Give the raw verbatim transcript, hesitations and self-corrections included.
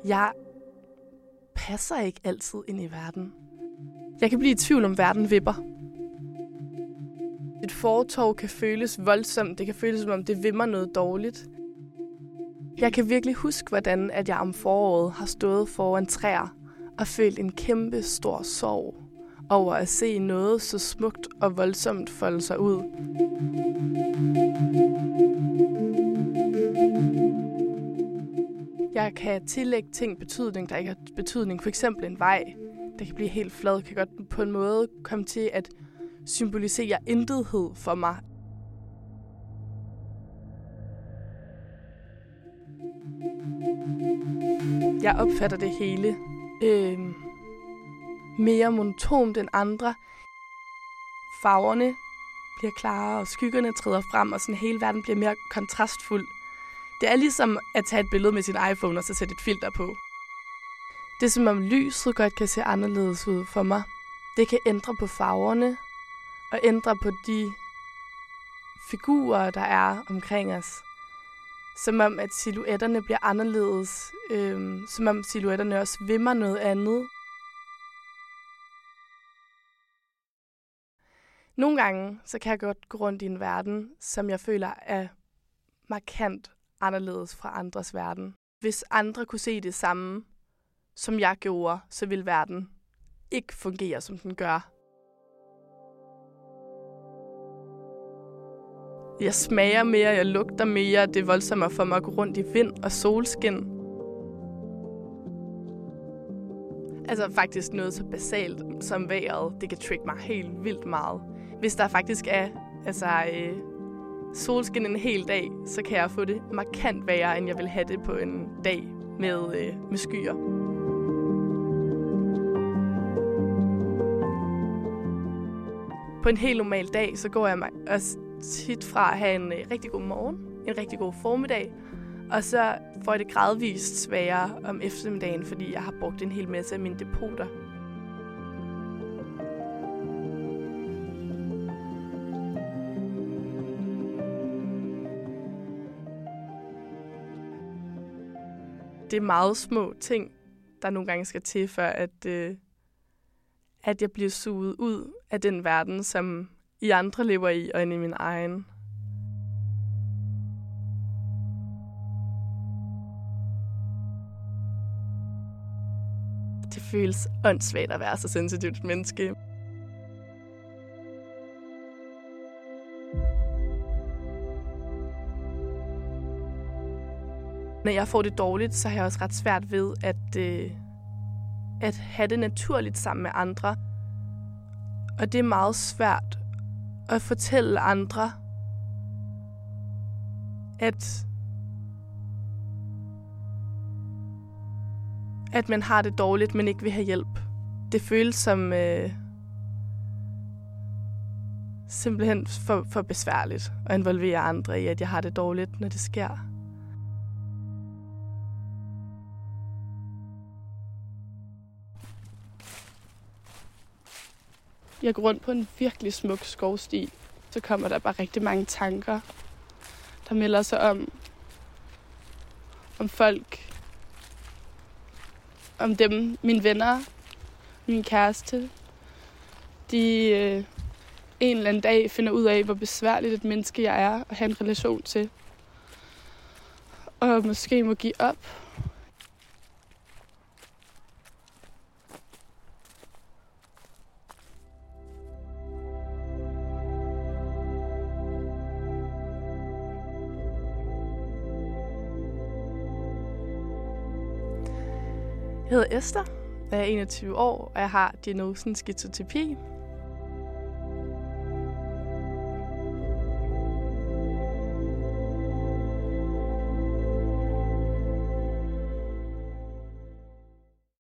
Jeg passer ikke altid ind i verden. Jeg kan blive i tvivl om, verden vipper. Et fortov kan føles voldsomt. Det kan føles, som om det vimmer noget dårligt. Jeg kan virkelig huske, hvordan at jeg om foråret har stået foran træer og følt en kæmpe stor sorg over at se noget så smukt og voldsomt folde sig ud. Jeg kan tillægge ting betydning, der ikke har betydning. For eksempel en vej, der kan blive helt flad, kan godt på en måde komme til at symbolisere intethed for mig. Jeg opfatter det hele øh, mere monotont end andre. Farverne bliver klarere, og skyggerne træder frem, og sådan hele verden bliver mere kontrastfuld. Det er ligesom at tage et billede med sin iPhone og så sætte et filter på. Det er som om lyset godt kan se anderledes ud for mig. Det kan ændre på farverne og ændre på de figurer, der er omkring os. Som om at silhuetterne bliver anderledes. Øhm, som om silhuetterne også vimmer noget andet. Nogle gange så kan jeg godt gå rundt i en verden, som jeg føler er markant anderledes fra andres verden. Hvis andre kunne se det samme, som jeg gjorde, så ville verden ikke fungere, som den gør. Jeg smager mere, jeg lugter mere, det er voldsommere for mig at gå rundt i vind og solskin. Altså faktisk noget så basalt som vejret, det kan trigge mig helt vildt meget. Hvis der faktisk er altså, øh, solskin en hel dag, så kan jeg få det markant værre, end jeg vil have det på en dag med, øh, med skyer. På en helt normal dag, så går jeg mig også tit fra at have en øh, rigtig god morgen, en rigtig god formiddag, og så får jeg det gradvist sværere om eftermiddagen, fordi jeg har brugt en hel masse af mine depoter. Det er meget små ting, der nogle gange skal til, for at, øh, at jeg bliver suget ud af den verden, som I andre lever i, og ind i min egen. Det føles åndssvagt at være så sensitivt et menneske. Når jeg får det dårligt, så har jeg også ret svært ved at, øh, at have det naturligt sammen med andre. Og det er meget svært at fortælle andre, at, at man har det dårligt, men ikke vil have hjælp. Det føles som øh, simpelthen for, for besværligt at involvere andre i, at jeg har det dårligt, når det sker. Jeg går rundt på en virkelig smuk skovsti. Så kommer der bare rigtig mange tanker, der melder sig om, om folk, om dem, mine venner, min kæreste. De øh, en eller anden dag finder ud af, hvor besværligt et menneske jeg er at have en relation til. Og måske må give op. Jeg hedder Esther, jeg er enogtyve år, og jeg har diagnosen skizotypi.